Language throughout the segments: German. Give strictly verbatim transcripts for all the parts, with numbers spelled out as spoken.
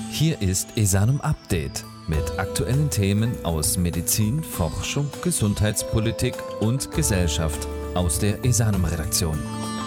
Hier ist Esanum Update mit aktuellen Themen aus Medizin, Forschung, Gesundheitspolitik und Gesellschaft aus der Esanum-Redaktion.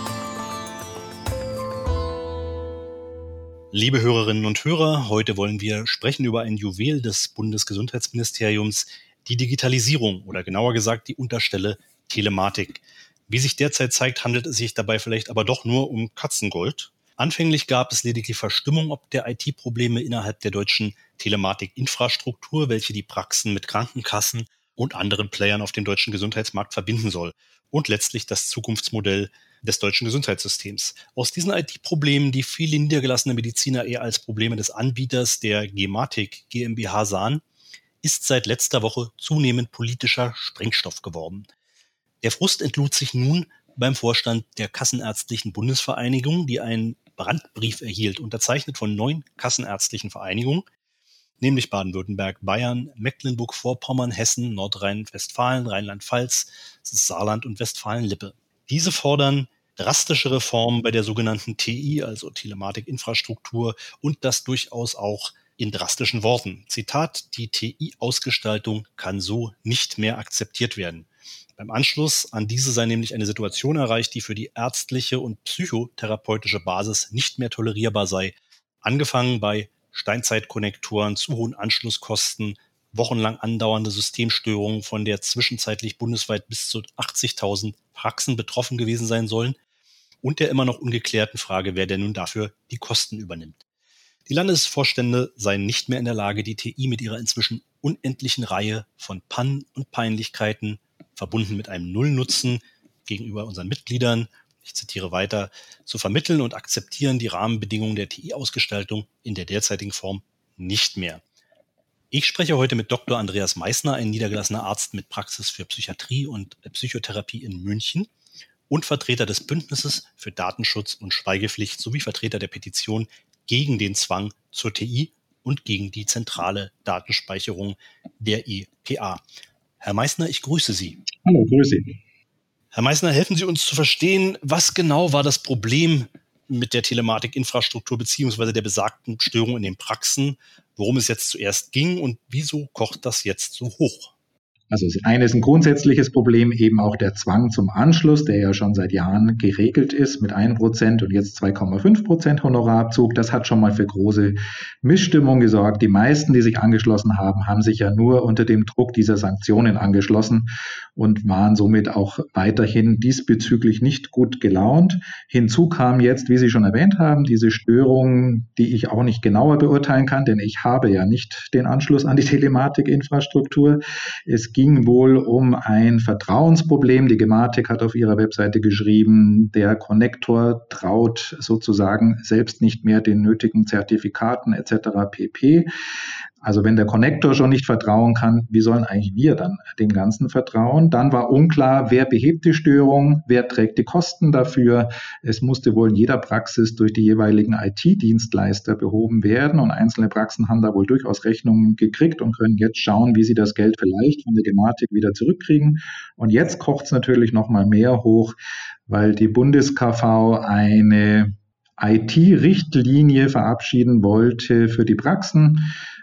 Liebe Hörerinnen und Hörer, heute wollen wir sprechen über ein Juwel des Bundesgesundheitsministeriums, die Digitalisierung oder genauer gesagt die Unterstelle Telematik. Wie sich derzeit zeigt, handelt es sich dabei vielleicht aber doch nur um Katzengold. Anfänglich gab es lediglich Verstimmung ob der I T-Probleme innerhalb der deutschen Telematik-Infrastruktur, welche die Praxen mit Krankenkassen und anderen Playern auf dem deutschen Gesundheitsmarkt verbinden soll und letztlich das Zukunftsmodell des deutschen Gesundheitssystems. Aus diesen I T-Problemen, die viele niedergelassene Mediziner eher als Probleme des Anbieters der gematik GmbH sahen, ist seit letzter Woche zunehmend politischer Sprengstoff geworden. Der Frust entlud sich nun beim Vorstand der Kassenärztlichen Bundesvereinigung, die einen Brandbrief erhielt, unterzeichnet von neun kassenärztlichen Vereinigungen, nämlich Baden-Württemberg, Bayern, Mecklenburg-Vorpommern, Hessen, Nordrhein-Westfalen, Rheinland-Pfalz, Saarland und Westfalen-Lippe. Diese fordern drastische Reformen bei der sogenannten T I, also Telematik-Infrastruktur, und das durchaus auch in drastischen Worten. Zitat: Die T I-Ausgestaltung kann so nicht mehr akzeptiert werden. Beim Anschluss an diese sei nämlich eine Situation erreicht, die für die ärztliche und psychotherapeutische Basis nicht mehr tolerierbar sei. Angefangen bei Steinzeitkonnektoren, zu hohen Anschlusskosten, wochenlang andauernde Systemstörungen, von der zwischenzeitlich bundesweit bis zu achtzigtausend Praxen betroffen gewesen sein sollen, und der immer noch ungeklärten Frage, wer denn nun dafür die Kosten übernimmt. Die Landesvorstände seien nicht mehr in der Lage, die T I mit ihrer inzwischen unendlichen Reihe von Pannen und Peinlichkeiten, verbunden mit einem Nullnutzen gegenüber unseren Mitgliedern, ich zitiere weiter, zu vermitteln und akzeptieren die Rahmenbedingungen der T I-Ausgestaltung in der derzeitigen Form nicht mehr. Ich spreche heute mit Doktor Andreas Meissner, ein niedergelassener Arzt mit Praxis für Psychiatrie und Psychotherapie in München und Vertreter des Bündnisses für Datenschutz und Schweigepflicht sowie Vertreter der Petition gegen den Zwang zur T I und gegen die zentrale Datenspeicherung der E P A. Herr Meissner, ich grüße Sie. Hallo, grüße Sie. Herr Meissner, helfen Sie uns zu verstehen, was genau war das Problem mit der Telematik-Infrastruktur bzw. der besagten Störung in den Praxen, worum es jetzt zuerst ging und wieso kocht das jetzt so hoch? Also das eine ist ein grundsätzliches Problem, eben auch der Zwang zum Anschluss, der ja schon seit Jahren geregelt ist mit einem Prozent und jetzt zwei Komma fünf Prozent Honorarabzug. Das hat schon mal für große Missstimmung gesorgt. Die meisten, die sich angeschlossen haben, haben sich ja nur unter dem Druck dieser Sanktionen angeschlossen und waren somit auch weiterhin diesbezüglich nicht gut gelaunt. Hinzu kam jetzt, wie Sie schon erwähnt haben, diese Störung, die ich auch nicht genauer beurteilen kann, denn ich habe ja nicht den Anschluss an die Telematik-Infrastruktur. Es ging wohl um ein Vertrauensproblem. Die gematik hat auf ihrer Webseite geschrieben, der Konnektor traut sozusagen selbst nicht mehr den nötigen Zertifikaten et cetera pp. Also wenn der Konnektor schon nicht vertrauen kann, wie sollen eigentlich wir dann dem Ganzen vertrauen? Dann war unklar, wer behebt die Störung, wer trägt die Kosten dafür. Es musste wohl in jeder Praxis durch die jeweiligen I T-Dienstleister behoben werden und einzelne Praxen haben da wohl durchaus Rechnungen gekriegt und können jetzt schauen, wie sie das Geld vielleicht von der gematik wieder zurückkriegen. Und jetzt kocht es natürlich noch mal mehr hoch, weil die Bundes-K V eine I T-Richtlinie verabschieden wollte für die Praxen.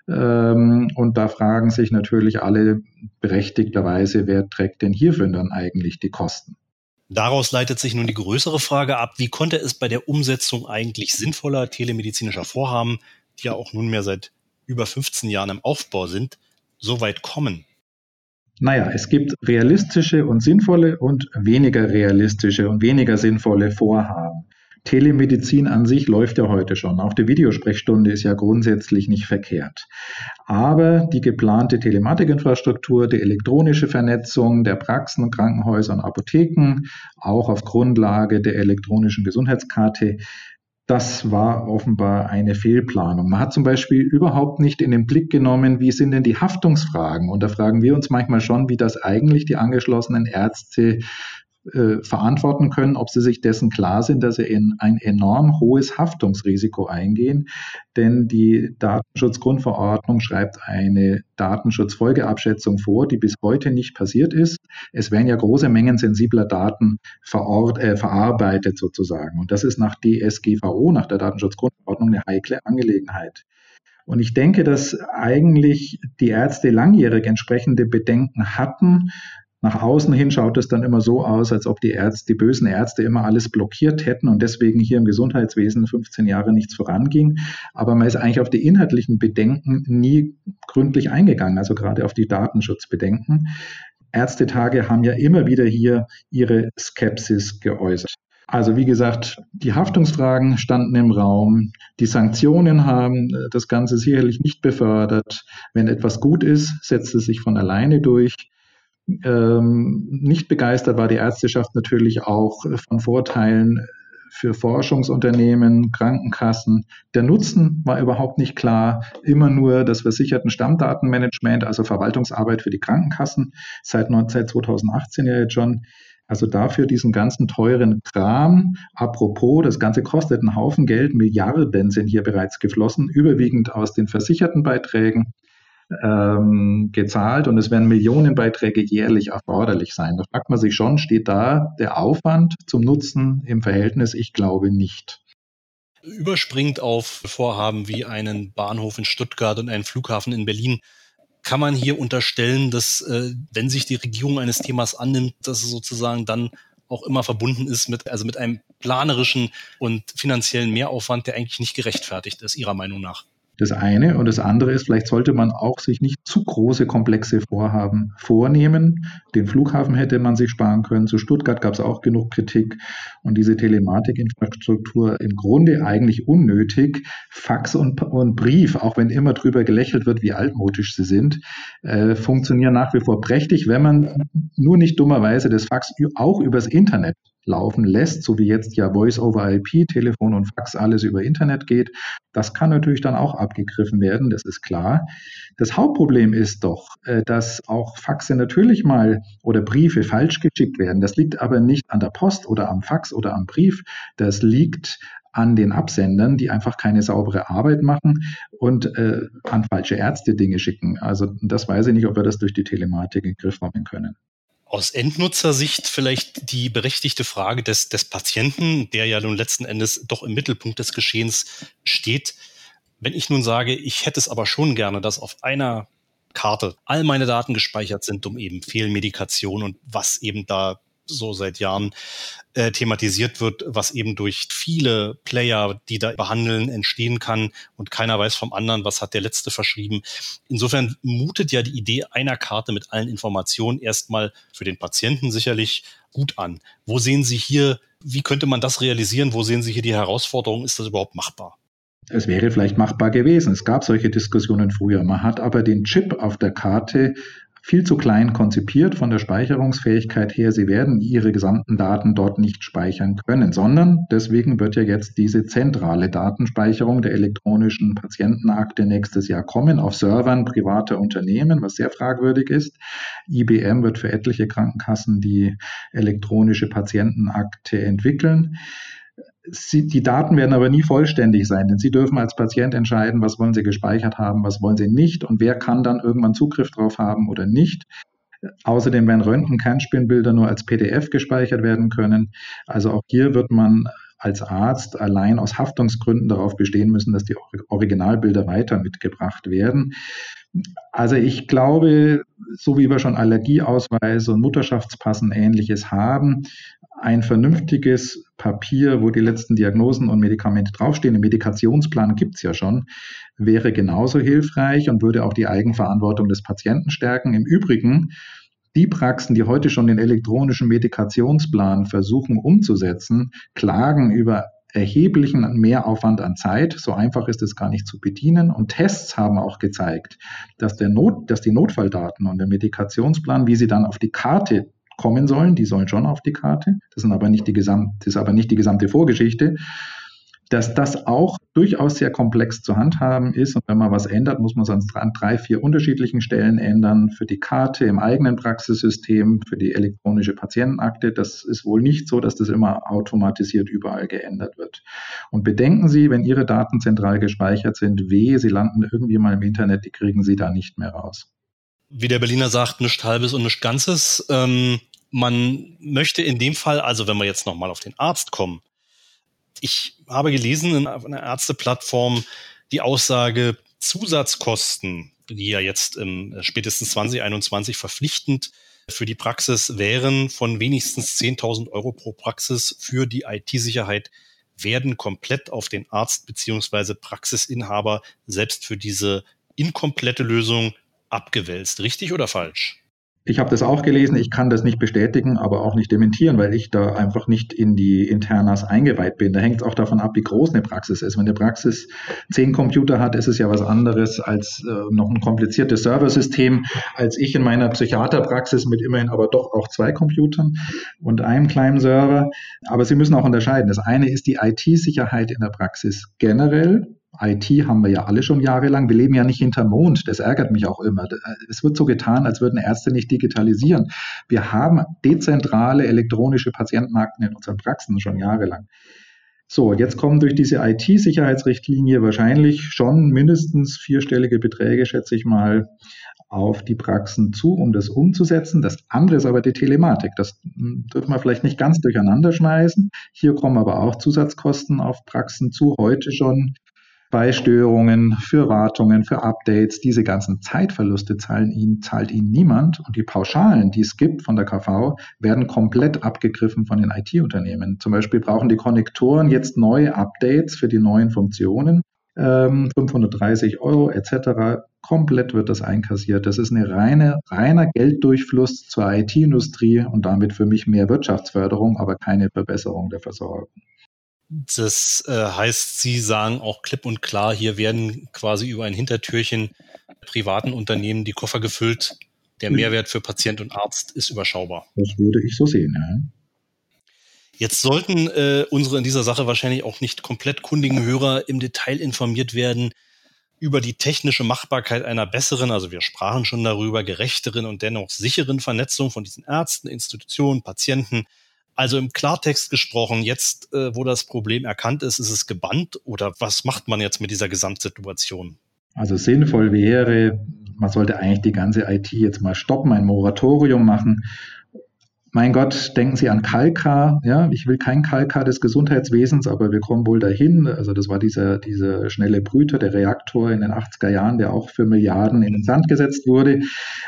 Und da fragen sich natürlich alle berechtigterweise, wer trägt denn hierfür dann eigentlich die Kosten? Daraus leitet sich nun die größere Frage ab, wie konnte es bei der Umsetzung eigentlich sinnvoller telemedizinischer Vorhaben, die ja auch nunmehr seit über fünfzehn Jahren im Aufbau sind, so weit kommen? Naja, es gibt realistische und sinnvolle und weniger realistische und weniger sinnvolle Vorhaben. Telemedizin an sich läuft ja heute schon. Auch die Videosprechstunde ist ja grundsätzlich nicht verkehrt. Aber die geplante Telematikinfrastruktur, die elektronische Vernetzung der Praxen, Krankenhäuser und Apotheken, auch auf Grundlage der elektronischen Gesundheitskarte, das war offenbar eine Fehlplanung. Man hat zum Beispiel überhaupt nicht in den Blick genommen, wie sind denn die Haftungsfragen? Und da fragen wir uns manchmal schon, wie das eigentlich die angeschlossenen Ärzte äh, verantworten können, ob sie sich dessen klar sind, dass sie in ein enorm hohes Haftungsrisiko eingehen. Denn die Datenschutzgrundverordnung schreibt eine Datenschutzfolgeabschätzung vor, die bis heute nicht passiert ist. Es werden ja große Mengen sensibler Daten verort, äh, verarbeitet sozusagen. Und das ist nach D S G V O, nach der Datenschutzgrundverordnung, eine heikle Angelegenheit. Und ich denke, dass eigentlich die Ärzte langjährig entsprechende Bedenken hatten. Nach außen hin schaut es dann immer so aus, als ob die Ärzte, die bösen Ärzte immer alles blockiert hätten und deswegen hier im Gesundheitswesen fünfzehn Jahre nichts voranging. Aber man ist eigentlich auf die inhaltlichen Bedenken nie gründlich eingegangen, also gerade auf die Datenschutzbedenken. Ärztetage haben ja immer wieder hier ihre Skepsis geäußert. Also wie gesagt, die Haftungsfragen standen im Raum, die Sanktionen haben das Ganze sicherlich nicht befördert. Wenn etwas gut ist, setzt es sich von alleine durch. Ähm, nicht begeistert war die Ärzteschaft natürlich auch von Vorteilen für Forschungsunternehmen, Krankenkassen. Der Nutzen war überhaupt nicht klar. Immer nur das versicherten Stammdatenmanagement, also Verwaltungsarbeit für die Krankenkassen, seit, seit zweitausendachtzehn ja jetzt schon. Also dafür diesen ganzen teuren Kram. Apropos, das Ganze kostet einen Haufen Geld. Milliarden sind hier bereits geflossen, überwiegend aus den versicherten Beiträgen ähm, gezahlt. Und es werden Millionenbeiträge jährlich erforderlich sein. Da fragt man sich schon, steht da der Aufwand zum Nutzen im Verhältnis? Ich glaube nicht. Überspringt auf Vorhaben wie einen Bahnhof in Stuttgart und einen Flughafen in Berlin. Kann man hier unterstellen, dass, äh, wenn sich die Regierung eines Themas annimmt, dass es sozusagen dann auch immer verbunden ist mit, also mit einem planerischen und finanziellen Mehraufwand, der eigentlich nicht gerechtfertigt ist, Ihrer Meinung nach? Das eine. Und das andere ist, vielleicht sollte man auch sich nicht zu große, komplexe Vorhaben vornehmen. Den Flughafen hätte man sich sparen können. Zu Stuttgart gab es auch genug Kritik. Und diese Telematikinfrastruktur im Grunde eigentlich unnötig. Fax und, und Brief, auch wenn immer drüber gelächelt wird, wie altmodisch sie sind, äh, funktionieren nach wie vor prächtig, wenn man nur nicht dummerweise das Fax auch übers Internet laufen lässt, so wie jetzt ja Voice-over-I P, Telefon und Fax alles über Internet geht. Das kann natürlich dann auch abgegriffen werden, das ist klar. Das Hauptproblem ist doch, dass auch Faxe natürlich mal oder Briefe falsch geschickt werden. Das liegt aber nicht an der Post oder am Fax oder am Brief. Das liegt an den Absendern, die einfach keine saubere Arbeit machen und äh, an falsche Ärzte Dinge schicken. Also das weiß ich nicht, ob wir das durch die Telematik in den Griff bekommen können. Aus Endnutzersicht vielleicht die berechtigte Frage des, des Patienten, der ja nun letzten Endes doch im Mittelpunkt des Geschehens steht. Wenn ich nun sage, ich hätte es aber schon gerne, dass auf einer Karte all meine Daten gespeichert sind, um eben Fehlmedikation und was eben da so seit Jahren äh, thematisiert wird, was eben durch viele Player, die da behandeln, entstehen kann und keiner weiß vom anderen, was hat der Letzte verschrieben. Insofern mutet ja die Idee einer Karte mit allen Informationen erstmal für den Patienten sicherlich gut an. Wo sehen Sie hier, wie könnte man das realisieren? Wo sehen Sie hier die Herausforderung? Ist das überhaupt machbar? Es wäre vielleicht machbar gewesen. Es gab solche Diskussionen früher. Man hat aber den Chip auf der Karte viel zu klein konzipiert von der Speicherungsfähigkeit her. Sie werden Ihre gesamten Daten dort nicht speichern können, sondern deswegen wird ja jetzt diese zentrale Datenspeicherung der elektronischen Patientenakte nächstes Jahr kommen auf Servern privater Unternehmen, was sehr fragwürdig ist. I B M wird für etliche Krankenkassen die elektronische Patientenakte entwickeln. Sie, die Daten werden aber nie vollständig sein, denn Sie dürfen als Patient entscheiden, was wollen Sie gespeichert haben, was wollen Sie nicht und wer kann dann irgendwann Zugriff drauf haben oder nicht. Außerdem werden Röntgen-Kernspinbilder nur als P D F gespeichert werden können. Also auch hier wird man als Arzt allein aus Haftungsgründen darauf bestehen müssen, dass die Originalbilder weiter mitgebracht werden. Also ich glaube, so wie wir schon Allergieausweise und Mutterschaftspassen Ähnliches haben, ein vernünftiges Papier, wo die letzten Diagnosen und Medikamente draufstehen, einen Medikationsplan gibt es ja schon, wäre genauso hilfreich und würde auch die Eigenverantwortung des Patienten stärken. Im Übrigen, die Praxen, die heute schon den elektronischen Medikationsplan versuchen umzusetzen, klagen über erheblichen Mehraufwand an Zeit. So einfach ist es gar nicht zu bedienen. Und Tests haben auch gezeigt, dass, der Not, dass die Notfalldaten und der Medikationsplan, wie sie dann auf die Karte kommen sollen, die sollen schon auf die Karte, das sind aber nicht die gesamte, das ist aber nicht die gesamte Vorgeschichte, dass das auch durchaus sehr komplex zu handhaben ist. Und wenn man was ändert, muss man es an drei, vier unterschiedlichen Stellen ändern. Für die Karte im eigenen Praxissystem, für die elektronische Patientenakte. Das ist wohl nicht so, dass das immer automatisiert überall geändert wird. Und bedenken Sie, wenn Ihre Daten zentral gespeichert sind, wehe, sie landen irgendwie mal im Internet, die kriegen Sie da nicht mehr raus. Wie der Berliner sagt, nichts Halbes und nichts Ganzes. Ähm, man möchte in dem Fall, also wenn wir jetzt nochmal auf den Arzt kommen, ich habe gelesen in einer Ärzteplattform die Aussage, Zusatzkosten, die ja jetzt ähm, spätestens zwanzig einundzwanzig verpflichtend für die Praxis wären, von wenigstens zehntausend Euro pro Praxis für die I T-Sicherheit, werden komplett auf den Arzt bzw. Praxisinhaber selbst für diese inkomplette Lösung abgewälzt. Richtig oder falsch? Ich habe das auch gelesen, ich kann das nicht bestätigen, aber auch nicht dementieren, weil ich da einfach nicht in die Internas eingeweiht bin. Da hängt es auch davon ab, wie groß eine Praxis ist. Wenn eine Praxis zehn Computer hat, ist es ja was anderes als äh, noch ein kompliziertes Serversystem, als ich in meiner Psychiaterpraxis mit immerhin aber doch auch zwei Computern und einem kleinen Server. Aber Sie müssen auch unterscheiden. Das eine ist die I T-Sicherheit in der Praxis generell. I T haben wir ja alle schon jahrelang. Wir leben ja nicht hinterm Mond. Das ärgert mich auch immer. Es wird so getan, als würden Ärzte nicht digitalisieren. Wir haben dezentrale elektronische Patientenakten in unseren Praxen schon jahrelang. So, jetzt kommen durch diese I T-Sicherheitsrichtlinie wahrscheinlich schon mindestens vierstellige Beträge, schätze ich mal, auf die Praxen zu, um das umzusetzen. Das andere ist aber die Telematik. Das dürfen wir vielleicht nicht ganz durcheinander schmeißen. Hier kommen aber auch Zusatzkosten auf Praxen zu, heute schon. Bei Störungen, für Wartungen, für Updates, diese ganzen Zeitverluste zahlen Ihnen, zahlt Ihnen niemand. Und die Pauschalen, die es gibt von der K V, werden komplett abgegriffen von den I T-Unternehmen. Zum Beispiel brauchen die Konnektoren jetzt neue Updates für die neuen Funktionen, ähm, fünfhundertdreißig Euro et cetera. Komplett wird das einkassiert. Das ist eine reine, reiner Gelddurchfluss zur I T-Industrie und damit für mich mehr Wirtschaftsförderung, aber keine Verbesserung der Versorgung. Das äh, heißt, Sie sagen auch klipp und klar, hier werden quasi über ein Hintertürchen privaten Unternehmen die Koffer gefüllt. Der Mehrwert für Patient und Arzt ist überschaubar. Das würde ich so sehen, ja. Jetzt sollten äh, unsere in dieser Sache wahrscheinlich auch nicht komplett kundigen Hörer im Detail informiert werden über die technische Machbarkeit einer besseren, also wir sprachen schon darüber, gerechteren und dennoch sicheren Vernetzung von diesen Ärzten, Institutionen, Patienten. Also im Klartext gesprochen, jetzt, äh, wo das Problem erkannt ist, ist es gebannt oder was macht man jetzt mit dieser Gesamtsituation? Also sinnvoll wäre, man sollte eigentlich die ganze I T jetzt mal stoppen, ein Moratorium machen. Mein Gott, denken Sie an Kalkar. Ja, ich will kein Kalkar des Gesundheitswesens, aber wir kommen wohl dahin. Also das war dieser, dieser schnelle Brüter, der Reaktor in den achtziger Jahren, der auch für Milliarden in den Sand gesetzt wurde.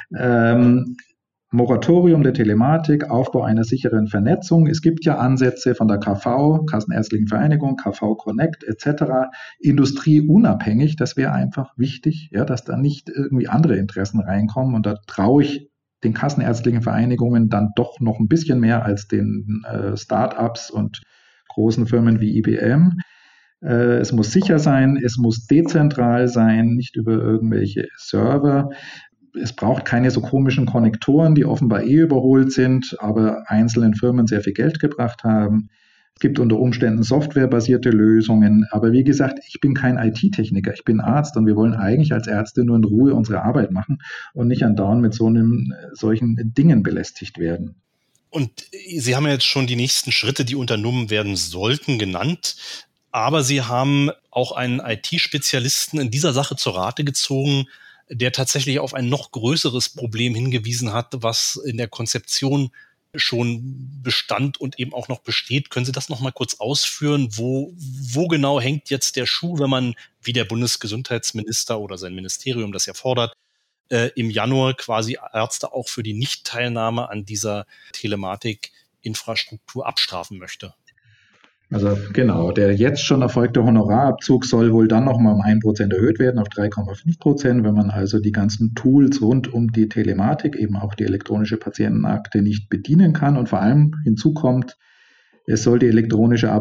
Ähm, Moratorium der Telematik, Aufbau einer sicheren Vernetzung. Es gibt ja Ansätze von der K V, Kassenärztlichen Vereinigung, K V Connect et cetera. Industrieunabhängig, das wäre einfach wichtig, ja, dass da nicht irgendwie andere Interessen reinkommen. Und da traue ich den kassenärztlichen Vereinigungen dann doch noch ein bisschen mehr als den äh, Start-ups und großen Firmen wie I B M. Äh, es muss sicher sein, es muss dezentral sein, nicht über irgendwelche Server. Es braucht keine so komischen Konnektoren, die offenbar eh überholt sind, aber einzelnen Firmen sehr viel Geld gebracht haben. Es gibt unter Umständen softwarebasierte Lösungen. Aber wie gesagt, ich bin kein I T-Techniker, ich bin Arzt und wir wollen eigentlich als Ärzte nur in Ruhe unsere Arbeit machen und nicht andauernd mit so einem, solchen Dingen belästigt werden. Und Sie haben ja jetzt schon die nächsten Schritte, die unternommen werden sollten, genannt. Aber Sie haben auch einen I T-Spezialisten in dieser Sache zur Rate gezogen, der tatsächlich auf ein noch größeres Problem hingewiesen hat, was in der Konzeption schon bestand und eben auch noch besteht. Können Sie das noch mal kurz ausführen? Wo, wo genau hängt jetzt der Schuh, wenn man, wie der Bundesgesundheitsminister oder sein Ministerium das ja fordert, äh, im Januar quasi Ärzte auch für die Nichtteilnahme an dieser Telematik-Infrastruktur abstrafen möchte? Also genau, der jetzt schon erfolgte Honorarabzug soll wohl dann nochmal um ein Prozent erhöht werden auf drei Komma fünf Prozent, wenn man also die ganzen Tools rund um die Telematik, eben auch die elektronische Patientenakte nicht bedienen kann. Und vor allem hinzu kommt, es soll die elektronische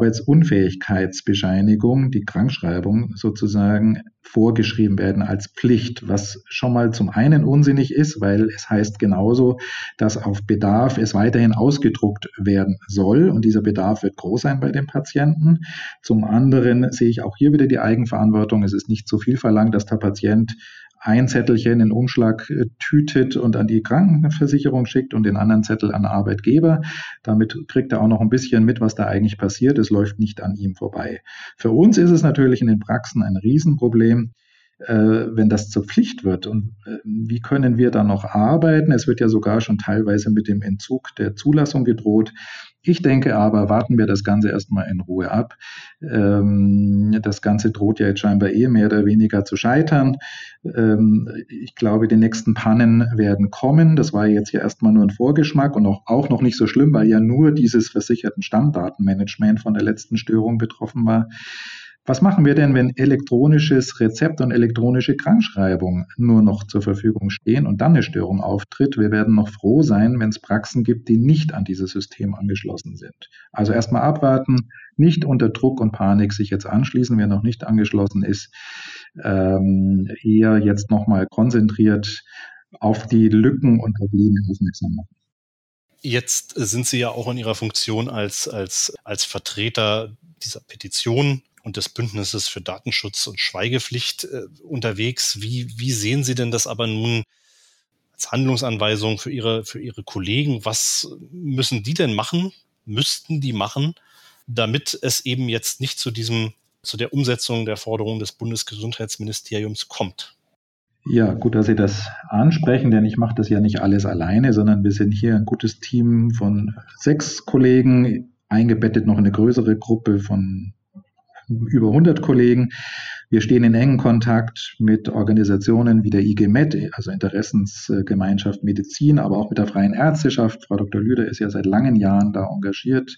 Arbeitsunfähigkeitsbescheinigung, die Krankschreibung sozusagen, vorgeschrieben werden als Pflicht, was schon mal zum einen unsinnig ist, weil es heißt genauso, dass auf Bedarf es weiterhin ausgedruckt werden soll und dieser Bedarf wird groß sein bei den Patienten. Zum anderen sehe ich auch hier wieder die Eigenverantwortung. Es ist nicht zu viel verlangt, dass der Patient ein Zettelchen in Umschlag tütet und an die Krankenversicherung schickt und den anderen Zettel an den Arbeitgeber. Damit kriegt er auch noch ein bisschen mit, was da eigentlich passiert. Es läuft nicht an ihm vorbei. Für uns ist es natürlich in den Praxen ein Riesenproblem. äh, wenn das zur Pflicht wird? Und äh, wie können wir da noch arbeiten? Es wird ja sogar schon teilweise mit dem Entzug der Zulassung gedroht. Ich denke aber, warten wir das Ganze erstmal in Ruhe ab. Ähm, das Ganze droht ja jetzt scheinbar eh mehr oder weniger zu scheitern. Ähm, ich glaube, die nächsten Pannen werden kommen. Das war jetzt ja erstmal nur ein Vorgeschmack und auch, auch noch nicht so schlimm, weil ja nur dieses versicherten Stammdatenmanagement von der letzten Störung betroffen war. Was machen wir denn, wenn elektronisches Rezept und elektronische Krankschreibung nur noch zur Verfügung stehen und dann eine Störung auftritt? Wir werden noch froh sein, wenn es Praxen gibt, die nicht an dieses System angeschlossen sind. Also erstmal abwarten, nicht unter Druck und Panik sich jetzt anschließen, wer noch nicht angeschlossen ist, ähm, eher jetzt nochmal konzentriert auf die Lücken und Probleme aufmerksam machen. Jetzt sind Sie ja auch in Ihrer Funktion als, als, als Vertreter dieser Petition und des Bündnisses für Datenschutz und Schweigepflicht äh, unterwegs. Wie, wie sehen Sie denn das aber nun als Handlungsanweisung für Ihre, für Ihre Kollegen? Was müssen die denn machen, müssten die machen, damit es eben jetzt nicht zu diesem, zu der Umsetzung der Forderungen des Bundesgesundheitsministeriums kommt? Ja, gut, dass Sie das ansprechen, denn ich mache das ja nicht alles alleine, sondern wir sind hier ein gutes Team von sechs Kollegen, eingebettet noch in eine größere Gruppe von über hundert Kollegen. Wir stehen in engem Kontakt mit Organisationen wie der I G M E D, also Interessensgemeinschaft Medizin, aber auch mit der Freien Ärzteschaft. Frau Doktor Lüder ist ja seit langen Jahren da engagiert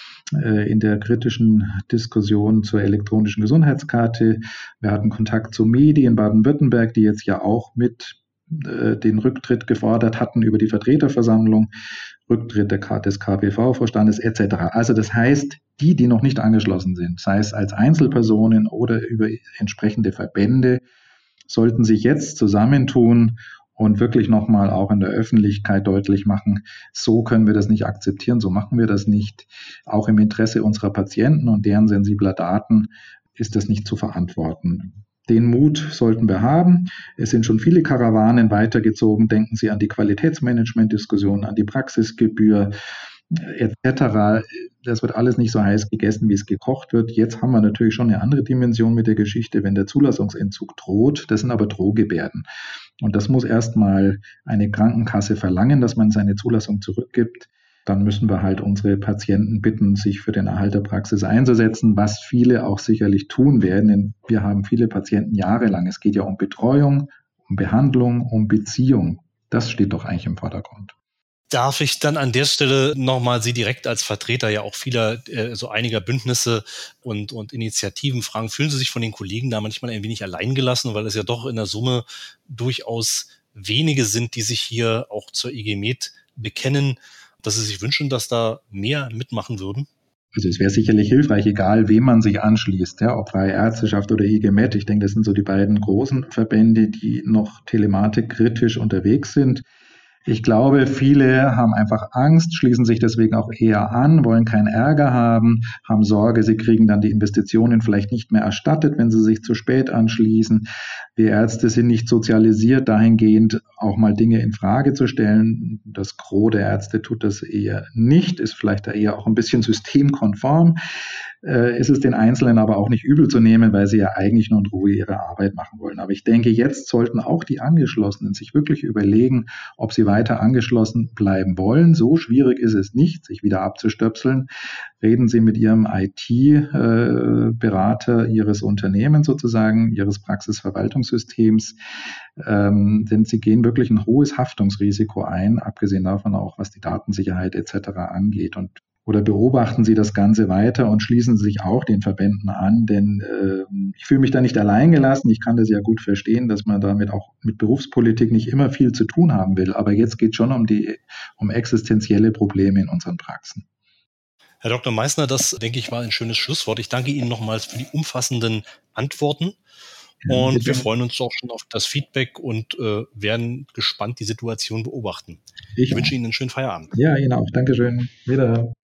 äh, in der kritischen Diskussion zur elektronischen Gesundheitskarte. Wir hatten Kontakt zu Medi in Baden-Württemberg, die jetzt ja auch mit äh, den Rücktritt gefordert hatten über die Vertreterversammlung, Rücktritt der K- des K P V-Vorstandes et cetera. Also das heißt, die, die noch nicht angeschlossen sind, sei es als Einzelpersonen oder über entsprechende Verbände, sollten sich jetzt zusammentun und wirklich nochmal auch in der Öffentlichkeit deutlich machen, so können wir das nicht akzeptieren, so machen wir das nicht. Auch im Interesse unserer Patienten und deren sensibler Daten ist das nicht zu verantworten. Den Mut sollten wir haben. Es sind schon viele Karawanen weitergezogen. Denken Sie an die Qualitätsmanagement-Diskussion, an die Praxisgebühr et cetera. Das wird alles nicht so heiß gegessen, wie es gekocht wird. Jetzt haben wir natürlich schon eine andere Dimension mit der Geschichte, wenn der Zulassungsentzug droht. Das sind aber Drohgebärden. Und das muss erstmal eine Krankenkasse verlangen, dass man seine Zulassung zurückgibt. Dann müssen wir halt unsere Patienten bitten, sich für den Erhalt der Praxis einzusetzen, was viele auch sicherlich tun werden, denn wir haben viele Patienten jahrelang. Es geht ja um Betreuung, um Behandlung, um Beziehung. Das steht doch eigentlich im Vordergrund. Darf ich dann an der Stelle nochmal Sie direkt als Vertreter ja auch vieler, äh, so einiger Bündnisse und, und Initiativen fragen, fühlen Sie sich von den Kollegen da manchmal ein wenig alleingelassen, weil es ja doch in der Summe durchaus wenige sind, die sich hier auch zur I G M E D bekennen, dass Sie sich wünschen, dass da mehr mitmachen würden? Also es wäre sicherlich hilfreich, egal wem man sich anschließt, ja, ob Freie Ärzteschaft oder I G M E D. Ich denke, das sind so die beiden großen Verbände, die noch telematikkritisch unterwegs sind. Ich glaube, viele haben einfach Angst, schließen sich deswegen auch eher an, wollen keinen Ärger haben, haben Sorge, sie kriegen dann die Investitionen vielleicht nicht mehr erstattet, wenn sie sich zu spät anschließen. Wir Ärzte sind nicht sozialisiert, dahingehend auch mal Dinge in Frage zu stellen. Das Gros der Ärzte tut das eher nicht, ist vielleicht da eher auch ein bisschen systemkonform. Äh, ist es den Einzelnen aber auch nicht übel zu nehmen, weil sie ja eigentlich nur in Ruhe ihre Arbeit machen wollen. Aber ich denke, jetzt sollten auch die Angeschlossenen sich wirklich überlegen, ob sie weiter angeschlossen bleiben wollen. So schwierig ist es nicht, sich wieder abzustöpseln. Reden Sie mit Ihrem I T-Berater Ihres Unternehmens sozusagen, Ihres Praxisverwaltungssystems, ähm, denn Sie gehen wirklich ein hohes Haftungsrisiko ein, abgesehen davon auch, was die Datensicherheit et cetera angeht. Und oder beobachten Sie das Ganze weiter und schließen Sie sich auch den Verbänden an, denn äh, ich fühle mich da nicht allein gelassen. Ich kann das ja gut verstehen, dass man damit auch mit Berufspolitik nicht immer viel zu tun haben will. Aber jetzt geht es schon um die um existenzielle Probleme in unseren Praxen. Herr Doktor Meissner, das, denke ich, war ein schönes Schlusswort. Ich danke Ihnen nochmals für die umfassenden Antworten. Und ja, wir freuen uns auch schon auf das Feedback und äh, werden gespannt die Situation beobachten. Ich, ich wünsche Ihnen einen schönen Feierabend. Ja, Ihnen auch. Dankeschön. Wiederhören.